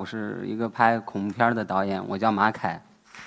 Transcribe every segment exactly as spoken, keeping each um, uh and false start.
是一个拍恐怖片的导演，我叫马凯。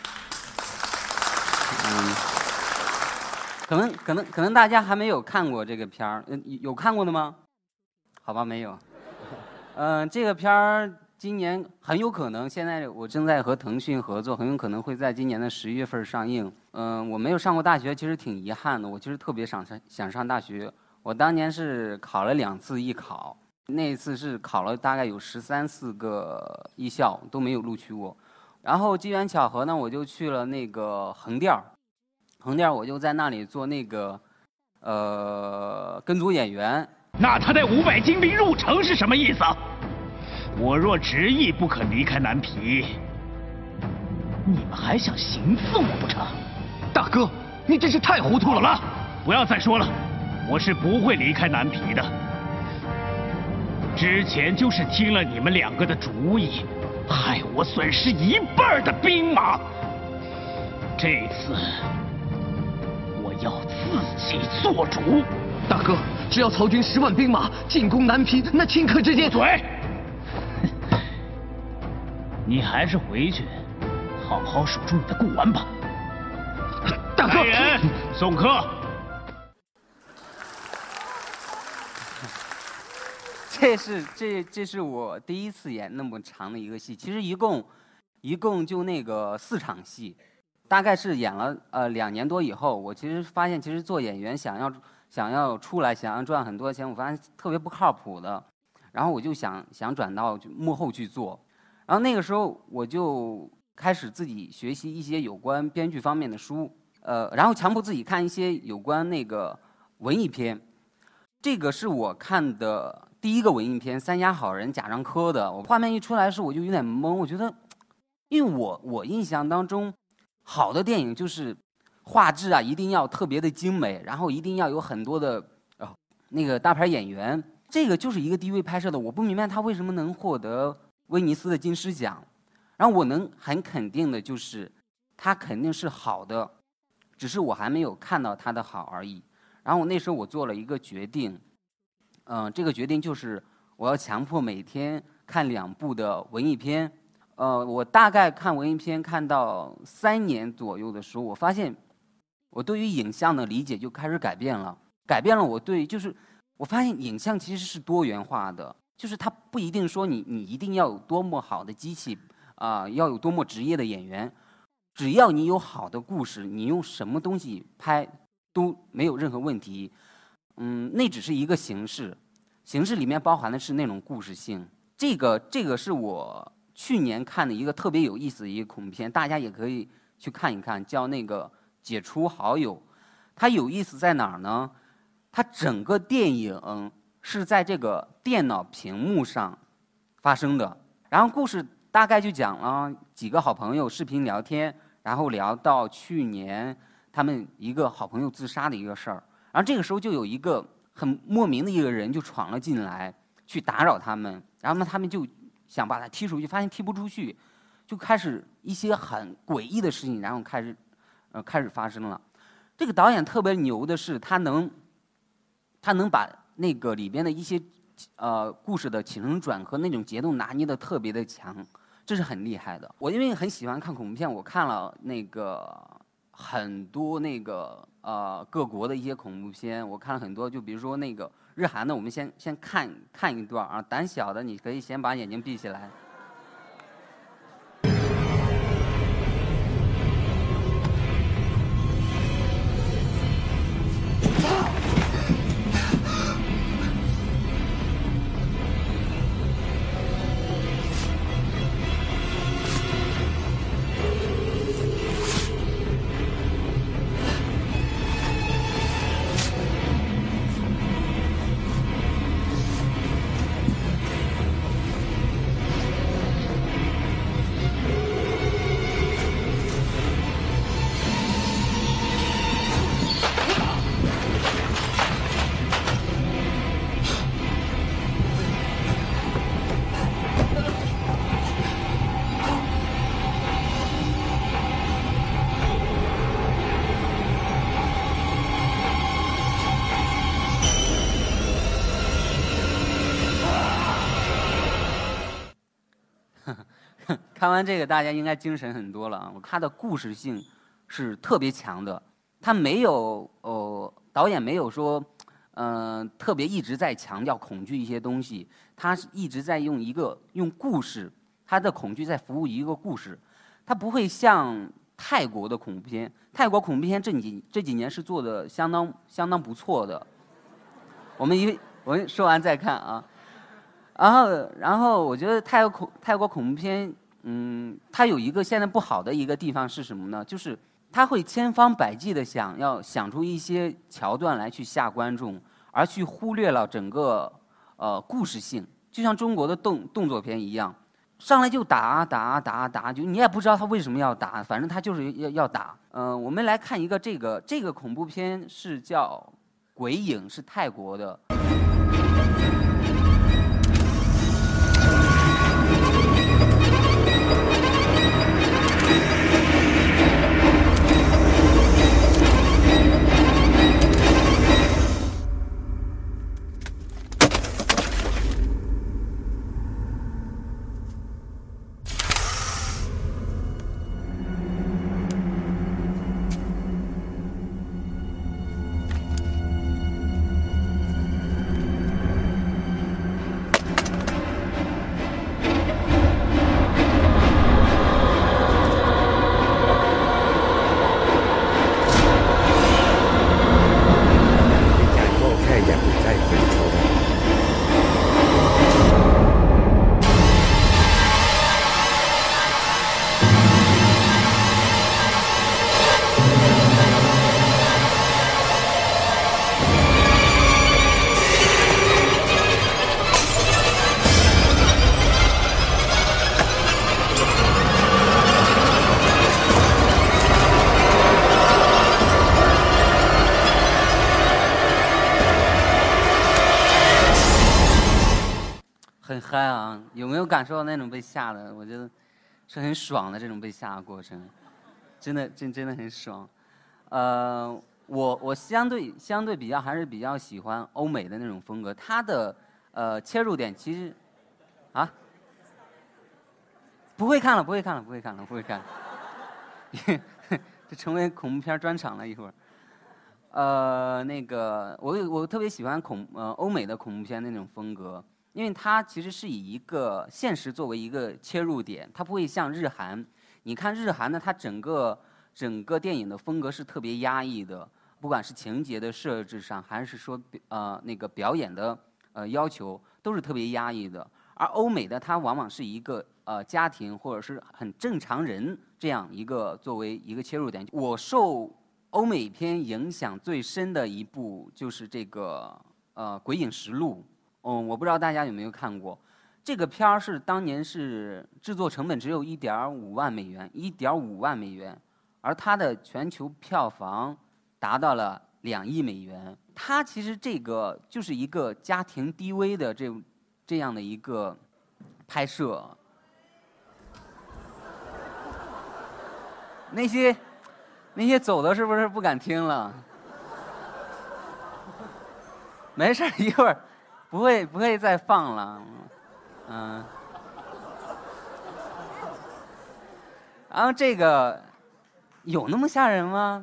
嗯，可能可能可能大家还没有看过这个片儿，嗯，有看过的吗？好吧，没有。嗯、呃，这个片儿今年很有可能，现在我正在和腾讯合作，很有可能会在今年的十一月份上映。嗯、呃，我没有上过大学，其实挺遗憾的。我其实特别想上想上大学。我当年是考了两次艺考，那一次是考了大概有十三四个艺校都没有录取我。然后机缘巧合呢，我就去了那个横店儿，横店儿我就在那里做那个呃跟组演员。 那他带五百精兵入城是什么意思？我若执意不肯离开南皮，你们还想行刺我不成？ 大哥，你真是太糊涂了！ 好了，不要再说了，我是不会离开南皮的。之前就是听了你们两个的主意，害我损失一半的兵马。这次我要自己做主。 大哥，只要曹军十万兵马进攻南皮，那顷刻之间…… 嘴！你还是回去好好守住你的固丸吧。 大哥， 来人，送客。 这是这这是我第一次演那么长的一个戏，其实一共一共就那个四场戏，大概是演了呃两年多以后，我其实发现其实做演员想要想要出来想要赚很多钱，我发现特别不靠谱的，然后我就想想转到幕后去做，然后那个时候我就开始自己学习一些有关编剧方面的书，呃，然后强迫自己看一些有关那个文艺片，这个是我看的第一个文艺片《三峡好人》贾樟柯的。我画面一出来时，我就有点懵，我觉得，因为我我印象当中，好的电影就是画质啊一定要特别的精美，然后一定要有很多的呃那个大牌演员。这个就是一个 D V 拍摄的，我不明白他为什么能获得威尼斯的金狮奖。然后我能很肯定的就是，他肯定是好的，只是我还没有看到他的好而已。然后我那时候我做了一个决定，嗯、呃，这个决定就是我要强迫每天看两部的文艺片。呃，我大概看文艺片看到三年左右的时候，我发现我对于影像的理解就开始改变了，改变了我对就是我发现影像其实是多元化的，就是它不一定说你你一定要有多么好的机器啊、呃，要有多么职业的演员，只要你有好的故事，你用什么东西拍都没有任何问题。嗯，那只是一个形式，形式里面包含的是那种故事性。这个这个是我去年看的一个特别有意思的一个恐怖片，大家也可以去看一看，叫那个《解除好友》。它有意思在哪儿呢？它整个电影是在这个电脑屏幕上发生的，然后故事大概就讲了几个好朋友视频聊天，然后聊到去年他们一个好朋友自杀的一个事儿。然后这个时候就有一个很莫名的一个人就闯了进来，去打扰他们，然后呢他们就想把他踢出去，发现踢不出去，就开始一些很诡异的事情，然后开始呃开始发生了。这个导演特别牛的是，他能他能把那个里边的一些呃故事的起承转合那种节奏拿捏的特别的强，这是很厉害的。我因为很喜欢看恐怖片，我看了那个很多那个呃各国的一些恐怖片，我看了很多，就比如说那个日韩的，我们先先看看一段啊，胆小的你可以先把眼睛闭起来。 看完这个，大家应该精神很多了啊。它的故事性是特别强的，它没有哦，导演没有说，嗯、呃，特别一直在强调恐惧一些东西，他是一直在用一个用故事，他的恐惧在服务一个故事，他不会像泰国的恐怖片，泰国恐怖片这几这几年是做的相当相当不错的。我们一我们说完再看啊，然后然后我觉得泰国恐泰国恐怖片。嗯，它有一个现在不好的一个地方是什么呢？就是它会千方百计的想要想出一些桥段来去吓观众，而去忽略了整个呃故事性。就像中国的动动作片一样，上来就打打打打，就你也不知道他为什么要打，反正他就是要要打。嗯、呃，我们来看一个这个这个恐怖片是叫《鬼影》，是泰国的。很嗨啊！有没有感受到那种被吓的？我觉得是很爽的这种被吓的过程，真的真真的很爽。呃，我我相对相对比较还是比较喜欢欧美的那种风格，它的呃切入点其实啊不会看了不会看了不会看了不会看了，这成为恐怖片专场了一会儿。呃，那个我我特别喜欢恐呃欧美的恐怖片那种风格。因为它其实是以一个现实作为一个切入点，它不会像日韩。你看日韩呢，它整个整个电影的风格是特别压抑的，不管是情节的设置上，还是说呃那个表演的呃要求，都是特别压抑的。而欧美的它往往是一个呃家庭或者是很正常人这样一个作为一个切入点。我受欧美片影响最深的一部就是这个呃《鬼影实录》。嗯，我不知道大家有没有看过，这个片儿是当年是制作成本只有一点五万美元，一点五万美元，而它的全球票房达到了两亿美元。它其实这个就是一个家庭低危的这这样的一个拍摄。那些那些走的是不是不敢听了？没事，一会儿。不会不会再放了，嗯。然后这个有那么吓人吗？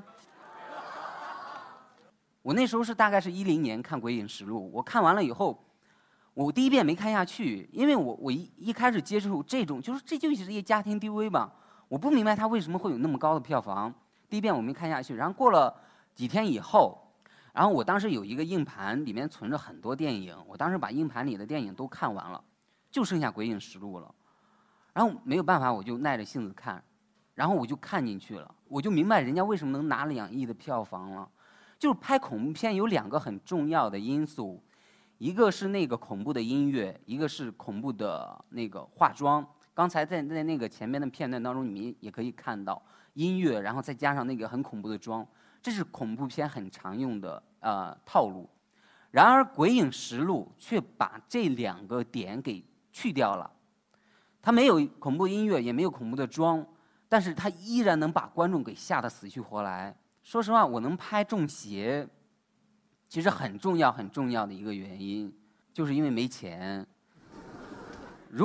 我那时候是大概是一零年看《鬼影实录》，我看完了以后，我第一遍没看下去，因为我我一一开始接触这种，就是这就是一个家庭 D V 吧，我不明白它为什么会有那么高的票房。第一遍我没看下去，然后过了几天以后。然后我当时有一个硬盘，里面存着很多电影，我当时把硬盘里的电影都看完了，就剩下《鬼影实录》了。然后没有办法，我就耐着性子看，然后我就看进去了，我就明白人家为什么能拿两亿的票房了。就是拍恐怖片有两个很重要的因素，一个是那个恐怖的音乐，一个是恐怖的那个化妆。刚才在在那个前面的片段当中，你们也可以看到音乐，然后再加上那个很恐怖的妆。这是恐怖片很常用的呃套路，然而《鬼影实录》却把这两个点给去掉了，它没有恐怖音乐，也没有恐怖的妆，但是它依然能把观众给吓得死去活来。说实话，我能拍中邪，其实很重要很重要的一个原因，就是因为没钱。如果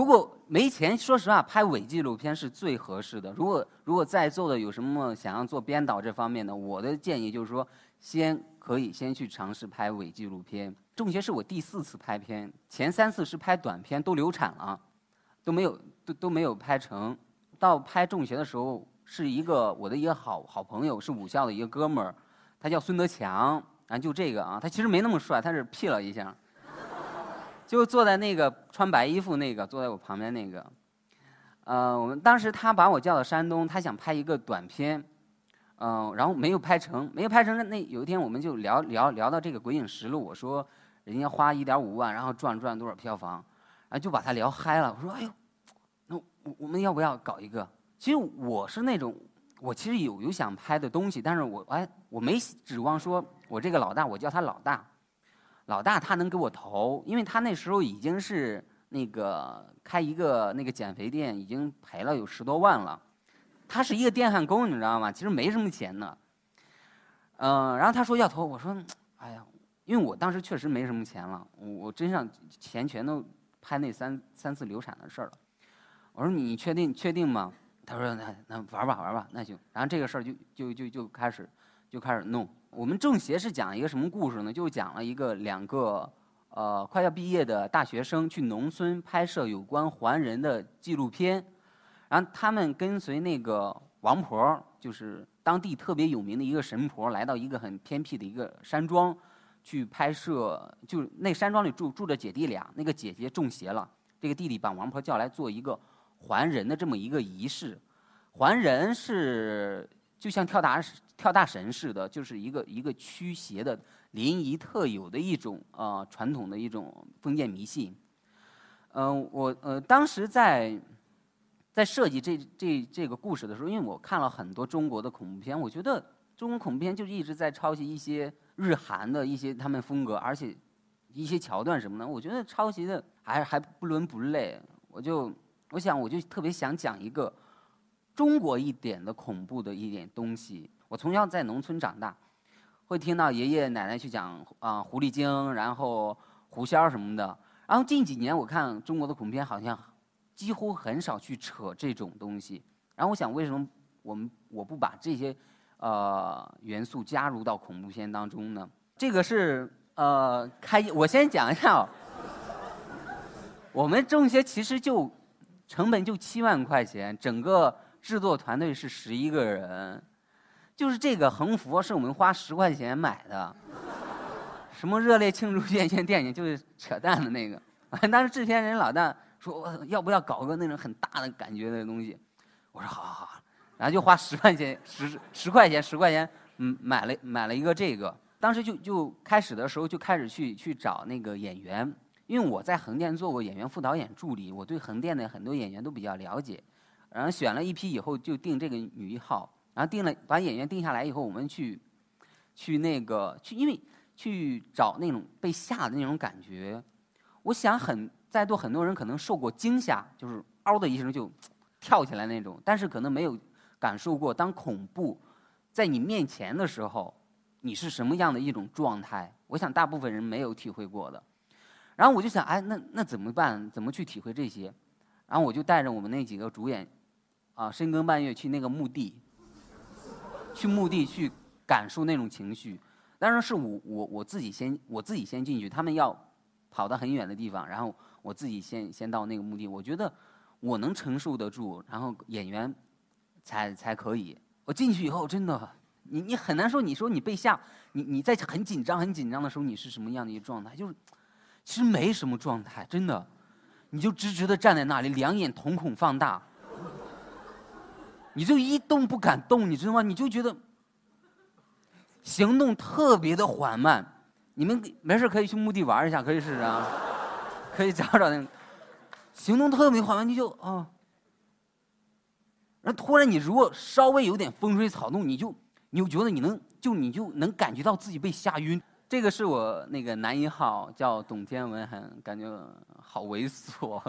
没钱，说实话，拍伪纪录片是最合适的。如果如果在座的有什么想要做编导这方面的，我的建议就是说，先可以先去尝试拍伪纪录片。中邪是我第四次拍片，前三次是拍短片，都流产了，都没有都都没有拍成。到拍中邪的时候，是一个我的一个好好朋友，是武校的一个哥们儿，他叫孙德强，然后就这个啊，他其实没那么帅，他是 P 了一下。就坐在那个穿白衣服那个，坐在我旁边那个，呃，我们当时他把我叫到山东，他想拍一个短片，嗯、呃，然后没有拍成，没有拍成。那有一天我们就聊聊聊到这个《鬼影实录》，我说人家花一点五万，然后赚赚多少票房，然后就把他聊嗨了。我说哎呦，那我我们要不要搞一个？其实我是那种，我其实有有想拍的东西，但是我哎我没指望说我这个老大，我叫他老大。老大他能给我投，因为他那时候已经是那个开一个那个减肥店，已经赔了有十多万了。他是一个电焊工，你知道吗？其实没什么钱的。嗯、呃，然后他说要投，我说，哎呀，因为我当时确实没什么钱了，我我真上钱全都拍那三三次流产的事儿了。我说你确定确定吗？他说那那玩吧玩吧，那行。然后这个事儿就就就就开始就开始弄。我们中邪是讲一个什么故事呢？就讲了一个两个呃快要毕业的大学生去农村拍摄有关还人的纪录片，然后他们跟随那个王婆，就是当地特别有名的一个神婆，来到一个很偏僻的一个山庄去拍摄。就那山庄里住住着姐弟俩，那个姐姐中邪了，这个弟弟把王婆叫来做一个还人的这么一个仪式。还人是就像跳大跳大神似的，就是一个一个驱邪的临沂特有的一种呃传统的一种封建迷信。嗯、呃，我呃当时在在设计这这这个故事的时候，因为我看了很多中国的恐怖片，我觉得中国恐怖片就一直在抄袭一些日韩的一些他们风格，而且一些桥段什么的，我觉得抄袭的还还不伦不类。我就我想我就特别想讲一个中国一点的恐怖的一点东西。我从小在农村长大，会听到爷爷奶奶去讲啊、呃、狐狸精，然后狐仙什么的。然后近几年我看中国的恐怖片好像几乎很少去扯这种东西。然后我想为什么我们我不把这些呃元素加入到恐怖片当中呢？这个是呃开我先讲一下、哦，我们中邪其实就成本就七万块钱，整个制作团队是十一个人。就是这个横幅是我们花十块钱买的，什么热烈庆祝院线电影就是扯淡的那个。当时制片人老大说要不要搞个那种很大的感觉的东西，我说好好好，然后就花十块钱十十块钱十块钱嗯买了买了一个这个。当时就就开始的时候就开始去去找那个演员，因为我在横店做过演员副导演助理，我对横店的很多演员都比较了解。然后选了一批以后就定这个女一号。然后定了，把演员定下来以后，我们去，去那个去，因为去找那种被吓的那种感觉。我想很在座很多人可能受过惊吓，就是嗷的一声就跳起来那种，但是可能没有感受过当恐怖在你面前的时候，你是什么样的一种状态。我想大部分人没有体会过的。然后我就想，哎，那那怎么办？怎么去体会这些？然后我就带着我们那几个主演，啊，深更半夜去那个墓地。去墓地去感受那种情绪，当然是我我我自己先我自己先进去，他们要跑到很远的地方，然后我自己先先到那个墓地，我觉得我能承受得住，然后演员才才可以。我进去以后真的，你你很难说，你说你被吓，你你在很紧张很紧张的时候，你是什么样的一个状态？就是其实没什么状态，真的，你就直直的站在那里，两眼瞳孔放大。你就一动不敢动，你知道吗？你就觉得行动特别的缓慢。你们没事可以去墓地玩一下，可以试试啊，可以找找那个行动特别缓慢，你就啊、哦，然后突然你如果稍微有点风吹草动，你就你就觉得你能就你就能感觉到自己被吓晕。这个是我那个男一号叫董天文，很感觉好猥琐。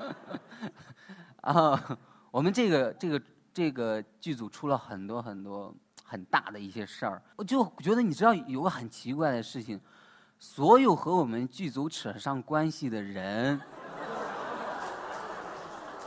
啊，我们这个这个。这个剧组出了很多很多很大的一些事儿，我就觉得你知道有个很奇怪的事情，所有和我们剧组扯上关系的人，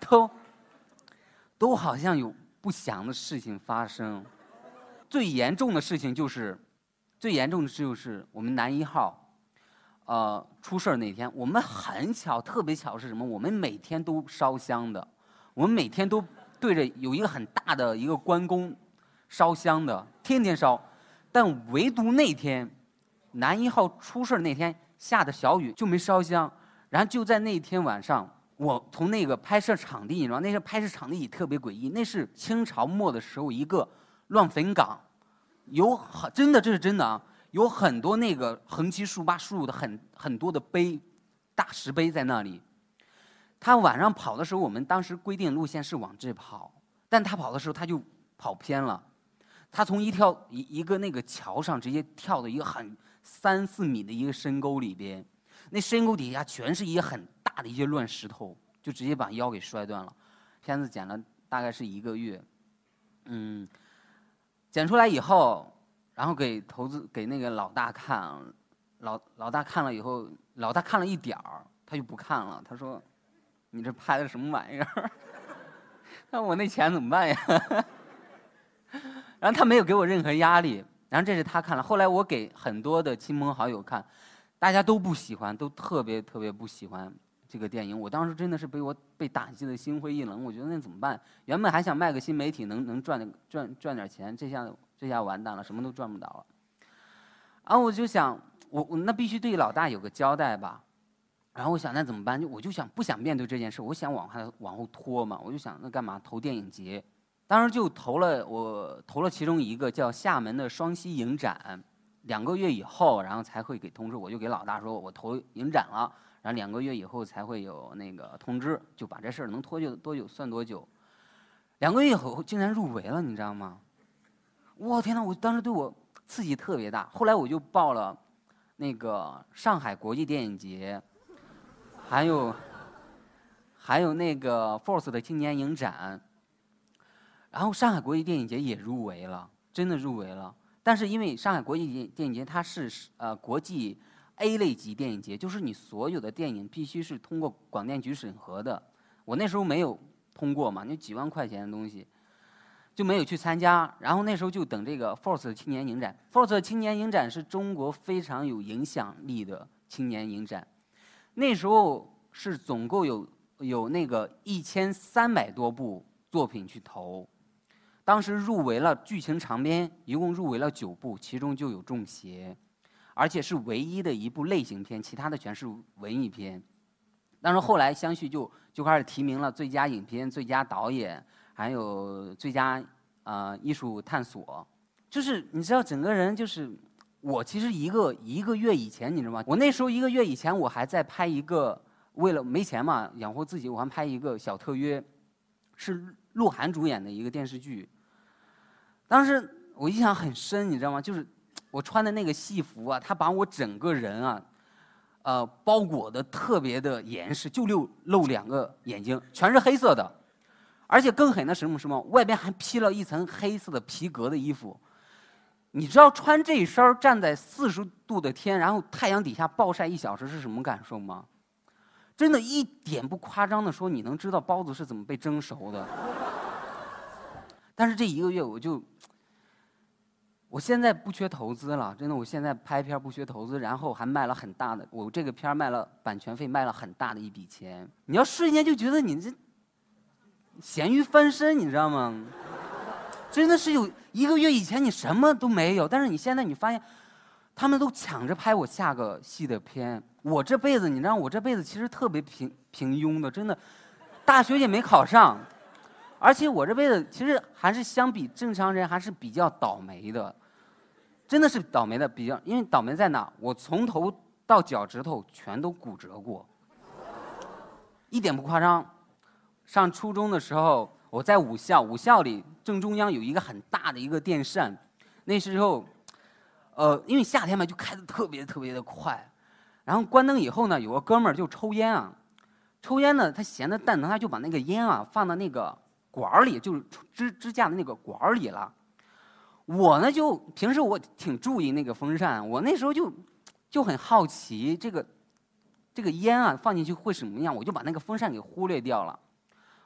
都都好像有不祥的事情发生。最严重的事情就是，最严重的就是我们男一号。呃，出事儿那天，我们很巧，特别巧是什么？我们每天都烧香的，我们每天都对着有一个很大的一个关公烧香的，天天烧。但唯独那天，男一号出事儿那天下的小雨就没烧香。然后就在那天晚上，我从那个拍摄场地，你知道，那个拍摄场地也特别诡异，那是清朝末的时候一个乱坟岗，有很真的，这是真的啊。有很多那个横七竖八竖的很很多的碑，大石碑在那里。他晚上跑的时候，我们当时规定路线是往这跑，但他跑的时候他就跑偏了，他从一跳一一个那个桥上直接跳到一个很三四米的一个深沟里边，那深沟底下全是一个很大的一些乱石头，就直接把腰给摔断了。片子剪了大概是一个月，嗯，剪出来以后。然后给投资给那个老大看，老老大看了以后，老大看了一点儿，他就不看了。他说：“你这拍的什么玩意儿？那我那钱怎么办呀？”然后他没有给我任何压力。然后这是他看了。后来我给很多的亲朋好友看，大家都不喜欢，都特别特别不喜欢这个电影。我当时真的是被我被打击的心灰意冷。我觉得那怎么办？原本还想卖个新媒体，能能赚点赚赚点钱，这下。这下完蛋了，什么都赚不到了。然后我就想，我我那必须对老大有个交代吧。然后我想那怎么办？就我就想不想面对这件事，我想往后往后拖嘛。我就想那干嘛投电影节？当时就投了，我投了其中一个叫厦门的双溪影展。两个月以后，然后才会给通知。我就给老大说，我投影展了，然后两个月以后才会有那个通知，就把这事儿能拖就多久算多久。两个月以后竟然入围了，你知道吗？我天哪！我当时对我刺激特别大。后来我就报了那个上海国际电影节，还有还有那个 Force 的青年影展。然后上海国际电影节也入围了，真的入围了。但是因为上海国际电影节它是呃国际 A 类级电影节，就是你所有的电影必须是通过广电局审核的。我那时候没有通过嘛，那几万块钱的东西。就没有去参加，然后那时候就等这个 Force 青年影展。Force 青年影展是中国非常有影响力的青年影展，那时候是总共有有那个一千三百多部作品去投，当时入围了剧情长片，一共入围了九部，其中就有《中邪》，而且是唯一的一部类型片，其他的全是文艺片。但是后来相续就就开始提名了最佳影片、最佳导演。还有最佳呃艺术探索，就是你知道整个人就是我其实一个一个月以前你知道吗？我那时候一个月以前我还在拍一个，为了没钱嘛养活自己，我还拍一个小特约，是鹿晗主演的一个电视剧。当时我印象很深，你知道吗？就是我穿的那个戏服啊，他把我整个人啊，呃包裹的特别的严实，就露露两个眼睛，全是黑色的。而且更狠的是什么什么，外边还披了一层黑色的皮革的衣服。你知道穿这身站在四十度的天，然后太阳底下暴晒一小时是什么感受吗？真的一点不夸张的说，你能知道包子是怎么被蒸熟的。但是这一个月我就，我现在不缺投资了，真的，我现在拍片不缺投资，然后还卖了很大的，我这个片卖了版权费，卖了很大的一笔钱。你要瞬间就觉得你这。咸鱼翻身，你知道吗？真的是有一个月以前你什么都没有，但是你现在你发现，他们都抢着拍我下个戏的片。我这辈子，你知道，我这辈子其实特别平平庸的，真的，大学也没考上，而且我这辈子其实还是相比正常人还是比较倒霉的，真的是倒霉的比较，因为倒霉在哪？我从头到脚趾头全都骨折过，一点不夸张。上初中的时候，我在武校，武校里正中央有一个很大的一个电扇，那时候，呃，因为夏天嘛，就开得特别特别的快，然后关灯以后呢，有个哥们儿就抽烟啊，抽烟呢，他闲得蛋疼，他就把那个烟啊放到那个管里，就是支支架的那个管里了。我呢就平时我挺注意那个风扇，我那时候就就很好奇这个这个烟啊放进去会什么样，我就把那个风扇给忽略掉了。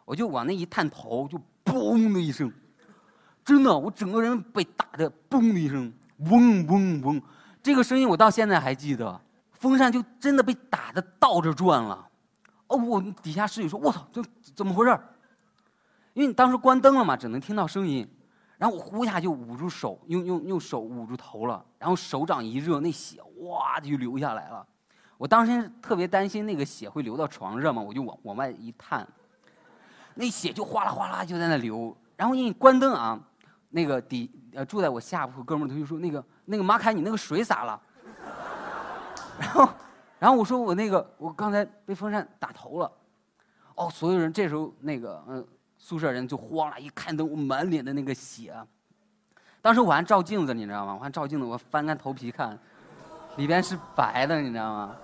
我就往那一探头，就嘣的一声，真的，我整个人被打的嘣的一声，嗡嗡嗡，这个声音我到现在还记得。风扇就真的被打的倒着转了。哦，我底下室友说：“我操，这怎么回事？”因为你当时关灯了嘛，只能听到声音。然后我呼一下就捂住手，用用用手捂住头了，然后手掌一热，那血哇就流下来了。我当时特别担心那个血会流到床上嘛，我就往往外一探，那血就哗啦哗啦就在那流。然后因为关灯啊，那个底呃住在我下铺哥们儿他就说：“那个那个马凯，你那个水洒了。”然后然后我说我那个我刚才被风扇打头了。哦，所有人这时候那个嗯。呃宿舍人就慌了，一看灯，我满脸的那个血。当时我还照镜子，你知道吗？我还照镜子，我翻开头皮看，里边是白的，你知道吗？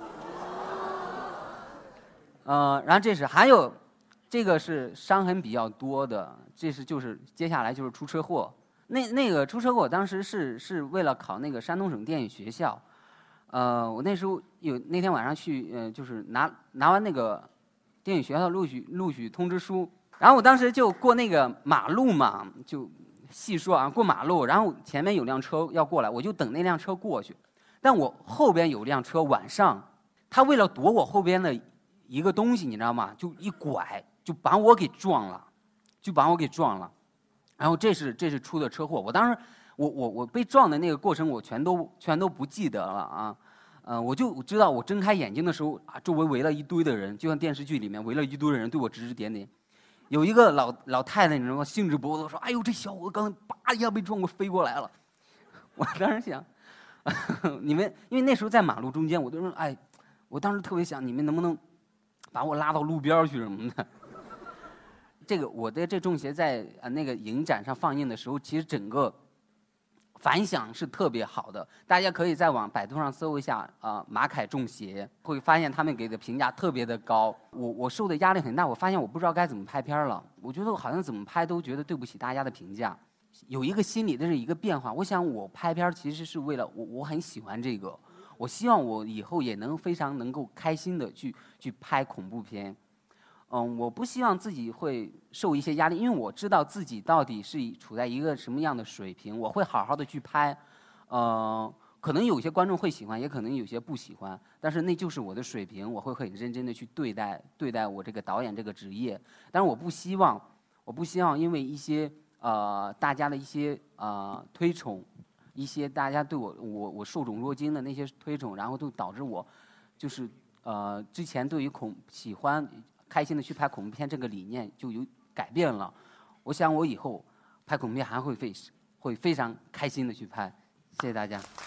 呃，然后这是还有，这个是伤痕比较多的，这是就是接下来就是出车祸。那那个出车祸，当时是是为了考那个山东省电影学校，呃，我那时候有那天晚上去，呃，就是拿拿完那个电影学校录取录取通知书。然后我当时就过那个马路嘛，就细说啊，过马路，然后前面有辆车要过来，我就等那辆车过去。但我后边有辆车，晚上他为了躲我后边的一个东西，你知道吗？就一拐，就把我给撞了，就把我给撞了。然后这是这是出的车祸。我当时我我我被撞的那个过程，我全都全都不记得了啊。呃，我就知道我睁开眼睛的时候啊，周围围了一堆的人，就像电视剧里面围了一堆的人对我指指点点。有一个老老太太，你知道吗？兴致勃勃地说：“哎呦，这小伙子刚才叭一下被撞过，飞过来了。”我当时想，你们因为那时候在马路中间，我都说：“哎，我当时特别想，你们能不能把我拉到路边去什么的？”这个我的这中邪在呃那个影展上放映的时候，其实整个反响是特别好的。大家可以在网百度上搜一下啊、呃，马凯中邪，会发现他们给的评价特别的高。我我受的压力很大，我发现我不知道该怎么拍片了。我觉得我好像怎么拍都觉得对不起大家的评价。有一个心理的是一个变化。我想我拍片其实是为了我我很喜欢这个，我希望我以后也能非常能够开心的去去拍恐怖片。嗯，我不希望自己会受一些压力，因为我知道自己到底是处在一个什么样的水平，我会好好的去拍。呃，可能有些观众会喜欢，也可能有些不喜欢，但是那就是我的水平，我会很认真的去对待对待我这个导演这个职业。但是我不希望，我不希望因为一些呃大家的一些呃推崇，一些大家对我我我受宠若惊的那些推崇，然后都导致我就是呃之前对于恐喜欢。开心的去拍恐怖片这个理念就有改变了，我想我以后拍恐怖片还会非会非常开心的去拍，谢谢大家。